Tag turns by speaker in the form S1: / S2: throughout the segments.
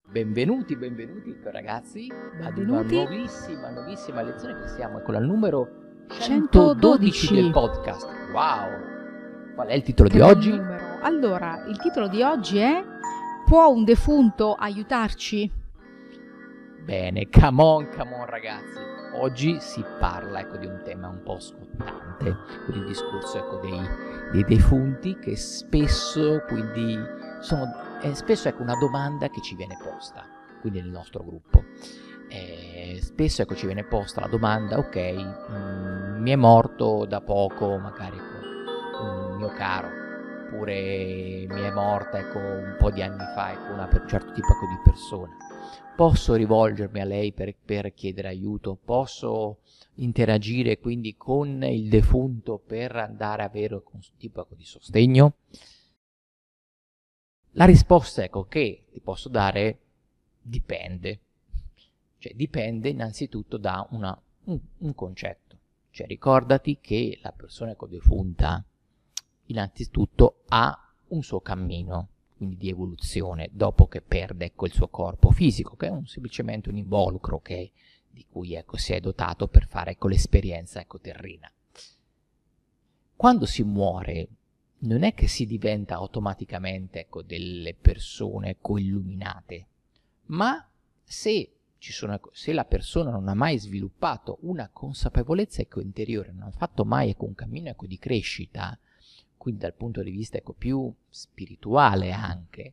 S1: Benvenuti ragazzi ad una
S2: Benvenuti.
S1: nuovissima lezione che siamo al numero
S2: 112
S1: del podcast. Wow! Qual è il titolo di
S2: Gran
S1: oggi?
S2: numero. Allora, il titolo di oggi è: può un defunto aiutarci?
S1: Bene, come on ragazzi. Oggi si parla di un tema un po' scottante, quindi il discorso dei defunti, che spesso spesso una domanda che ci viene posta, quindi nel nostro gruppo. Spesso ci viene posta la domanda: ok, mi è morto da poco magari un mio caro, oppure mi è morta un po' di anni fa un certo tipo di persona. Posso rivolgermi a lei per chiedere aiuto? Posso interagire quindi con il defunto per andare a avere un tipo di sostegno? La risposta che ti posso dare dipende. Cioè dipende innanzitutto da un concetto. Cioè ricordati che la persona defunta innanzitutto ha un suo cammino, quindi di evoluzione, dopo che perde il suo corpo fisico, che è semplicemente un involucro di cui si è dotato per fare l'esperienza terrena. Quando si muore non è che si diventa automaticamente delle persone illuminate, ma se la persona non ha mai sviluppato una consapevolezza interiore, non ha fatto mai un cammino di crescita, quindi dal punto di vista più spirituale anche,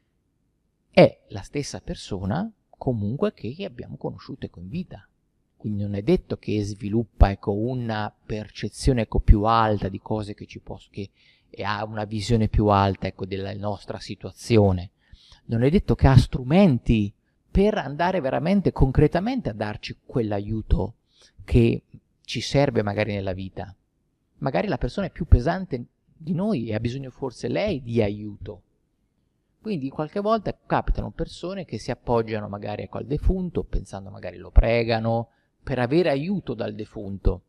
S1: è la stessa persona comunque che abbiamo conosciuto in vita. Quindi non è detto che sviluppa una percezione più alta di cose che ha una visione più alta della nostra situazione. Non è detto che ha strumenti per andare veramente concretamente a darci quell'aiuto che ci serve magari nella vita. Magari la persona è più pesante di noi e ha bisogno forse lei di aiuto. Quindi qualche volta capitano persone che si appoggiano magari al defunto, pensando magari lo pregano per avere aiuto dal defunto,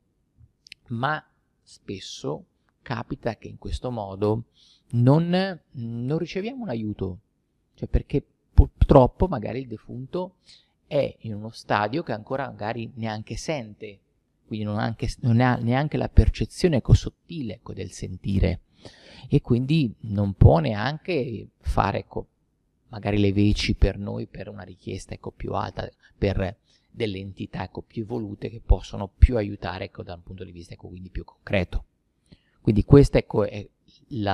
S1: ma spesso capita che in questo modo non riceviamo un aiuto, cioè perché purtroppo magari il defunto è in uno stadio che ancora magari neanche sente, quindi non ha neanche la percezione sottile del sentire, e quindi non può neanche fare magari le veci per noi, per una richiesta più alta, per delle entità più evolute che possono più aiutare da un punto di vista quindi più concreto. Quindi questa è la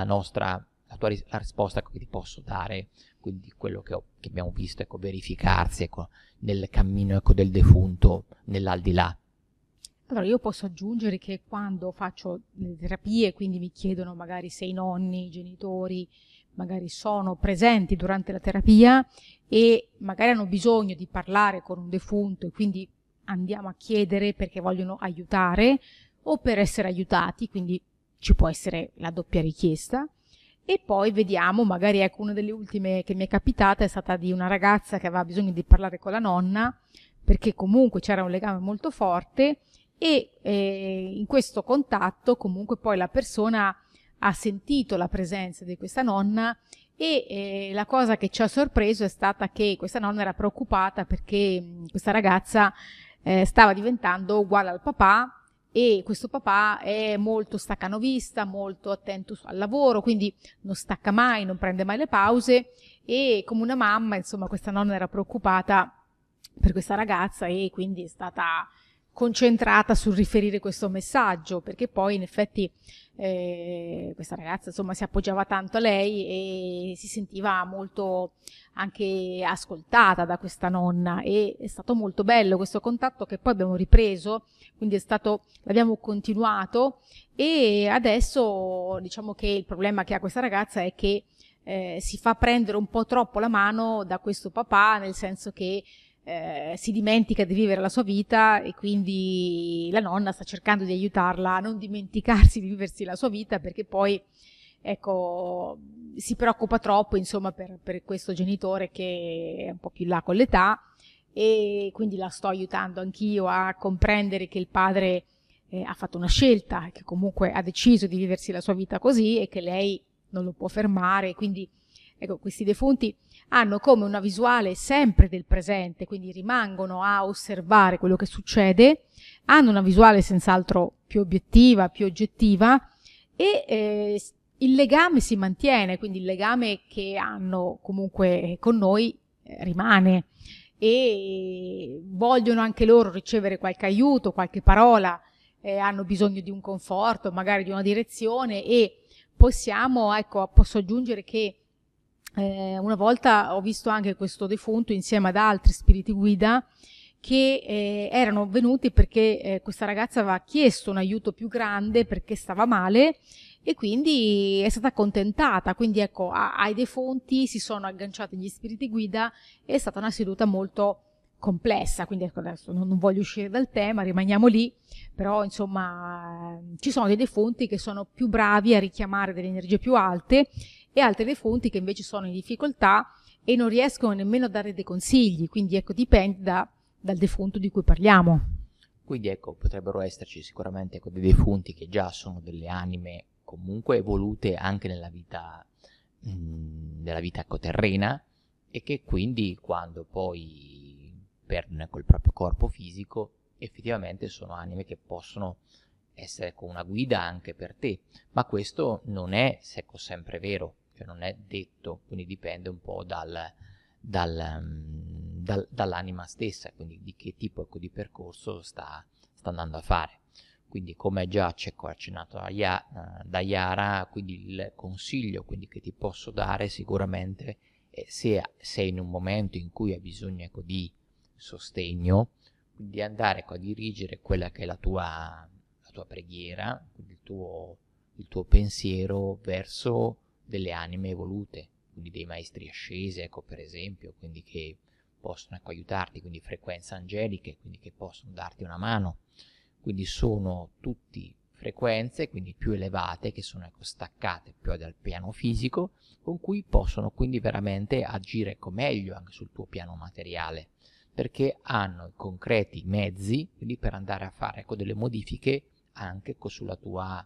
S1: risposta che ti posso dare, quindi quello che abbiamo visto verificarsi nel cammino del defunto nell'aldilà.
S2: Allora, io posso aggiungere che quando faccio le terapie, quindi mi chiedono magari se i nonni, i genitori magari sono presenti durante la terapia e magari hanno bisogno di parlare con un defunto, e quindi andiamo a chiedere perché vogliono aiutare o per essere aiutati, quindi ci può essere la doppia richiesta. E poi vediamo, magari una delle ultime che mi è capitata è stata di una ragazza che aveva bisogno di parlare con la nonna, perché comunque c'era un legame molto forte, e in questo contatto comunque poi la persona ha sentito la presenza di questa nonna, e la cosa che ci ha sorpreso è stata che questa nonna era preoccupata perché questa ragazza stava diventando uguale al papà, e questo papà è molto staccanovista, molto attento al lavoro, quindi non stacca mai, non prende mai le pause, e come una mamma, insomma, questa nonna era preoccupata per questa ragazza e quindi è stata concentrata sul riferire questo messaggio, perché poi in effetti questa ragazza insomma si appoggiava tanto a lei e si sentiva molto anche ascoltata da questa nonna, e è stato molto bello questo contatto che poi abbiamo ripreso, quindi l'abbiamo continuato, e adesso diciamo che il problema che ha questa ragazza è che si fa prendere un po' troppo la mano da questo papà, nel senso che si dimentica di vivere la sua vita, e quindi la nonna sta cercando di aiutarla a non dimenticarsi di viversi la sua vita, perché poi si preoccupa troppo insomma per questo genitore che è un po' più in là con l'età, e quindi la sto aiutando anch'io a comprendere che il padre ha fatto una scelta, che comunque ha deciso di viversi la sua vita così e che lei non lo può fermare. Quindi ecco, questi defunti hanno come una visuale sempre del presente, quindi rimangono a osservare quello che succede, hanno una visuale senz'altro più obiettiva, più oggettiva e il legame si mantiene, quindi il legame che hanno comunque con noi rimane e vogliono anche loro ricevere qualche aiuto, qualche parola, hanno bisogno di un conforto, magari di una direzione e posso aggiungere che una volta ho visto anche questo defunto insieme ad altri spiriti guida che erano venuti perché questa ragazza aveva chiesto un aiuto più grande perché stava male e quindi è stata accontentata. Quindi ecco, ai defunti si sono agganciati gli spiriti guida e è stata una seduta molto complessa, quindi ecco, adesso non voglio uscire dal tema, rimaniamo lì, però insomma ci sono dei defunti che sono più bravi a richiamare delle energie più alte e altri defunti che invece sono in difficoltà e non riescono nemmeno a dare dei consigli, quindi ecco, dipende dal defunto di cui parliamo.
S1: Quindi ecco, potrebbero esserci sicuramente dei defunti che già sono delle anime comunque evolute anche nella vita terrena e che quindi quando poi perdono il proprio corpo fisico effettivamente sono anime che possono essere con una guida anche per te, ma questo non è sempre vero, cioè non è detto, quindi dipende un po' dall'anima stessa, quindi di che tipo di percorso sta andando a fare. Quindi come già accennato da Yara, quindi il consiglio quindi, che ti posso dare sicuramente è se sei in un momento in cui hai bisogno di sostegno, quindi andare a dirigere quella che è la tua preghiera, quindi il tuo pensiero verso delle anime evolute, quindi dei maestri ascesi, ecco per esempio, quindi che possono aiutarti, quindi frequenze angeliche, quindi che possono darti una mano, quindi sono tutti frequenze quindi più elevate che sono staccate più dal piano fisico, con cui possono quindi veramente agire meglio anche sul tuo piano materiale, perché hanno i concreti mezzi quindi per andare a fare delle modifiche anche sulla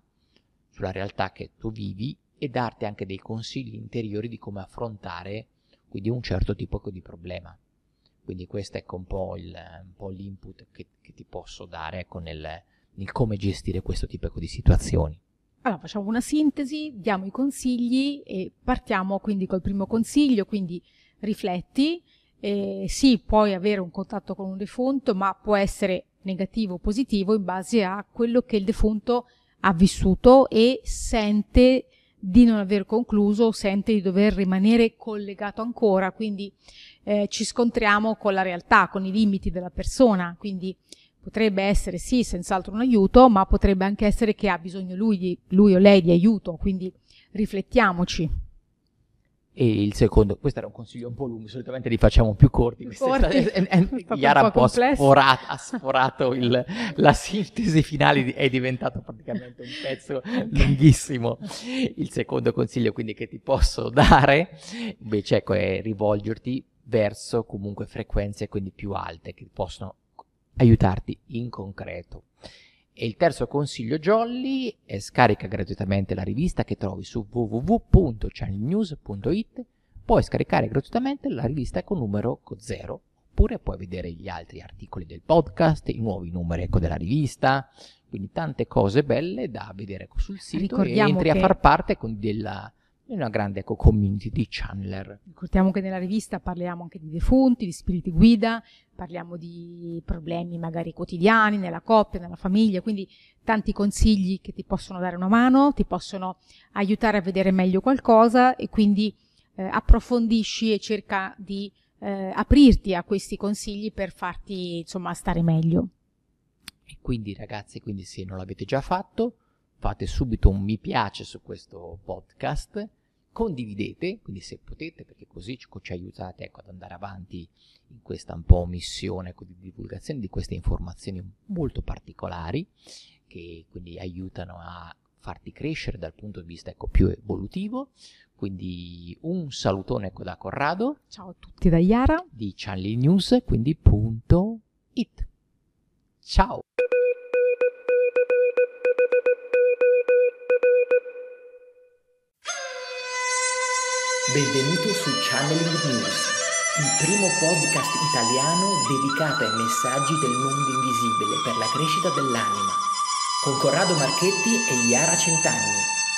S1: realtà che tu vivi e darti anche dei consigli interiori di come affrontare quindi un certo tipo di problema. Quindi questo è un po' l'input che ti posso dare nel come gestire questo tipo di situazioni.
S2: Allora, facciamo una sintesi, diamo i consigli e partiamo quindi col primo consiglio, quindi rifletti. Sì, puoi avere un contatto con un defunto, ma può essere negativo o positivo in base a quello che il defunto ha vissuto e sente di non aver concluso, sente di dover rimanere collegato ancora, quindi ci scontriamo con la realtà, con i limiti della persona, quindi potrebbe essere sì, senz'altro un aiuto, ma potrebbe anche essere che ha bisogno lui o lei di aiuto, quindi riflettiamoci.
S1: E il secondo, questo era un consiglio un po' lungo, solitamente li facciamo più corti. Chiara un po' ha sforato la sintesi finale, è diventato praticamente un pezzo lunghissimo. Il secondo consiglio quindi che ti posso dare invece è rivolgerti verso comunque frequenze quindi più alte che possono aiutarti in concreto. E il terzo consiglio jolly è scarica gratuitamente la rivista che trovi su www.channelnews.it. Puoi scaricare gratuitamente la rivista con numero 0, oppure puoi vedere gli altri articoli del podcast, i nuovi numeri della rivista, quindi tante cose belle da vedere sul sito. Ricordiamo e entri a far parte della una grande community di channeler.
S2: Ricordiamo che nella rivista parliamo anche di defunti, di spiriti guida, parliamo di problemi magari quotidiani nella coppia, nella famiglia, quindi tanti consigli che ti possono dare una mano, ti possono aiutare a vedere meglio qualcosa e quindi approfondisci e cerca di aprirti a questi consigli per farti insomma stare meglio.
S1: E quindi ragazzi, quindi se non l'avete già fatto, fate subito un mi piace su questo podcast, condividete, quindi se potete, perché così ci aiutate ad andare avanti in questa un po' missione di divulgazione di queste informazioni molto particolari che quindi aiutano a farti crescere dal punto di vista più evolutivo. Quindi un salutone da Corrado.
S2: Ciao a tutti da Yara
S1: di Channel News, quindi .it. Ciao.
S3: Benvenuto su Channeling News, il primo podcast italiano dedicato ai messaggi del mondo invisibile per la crescita dell'anima, con Corrado Marchetti e Iara Centanni.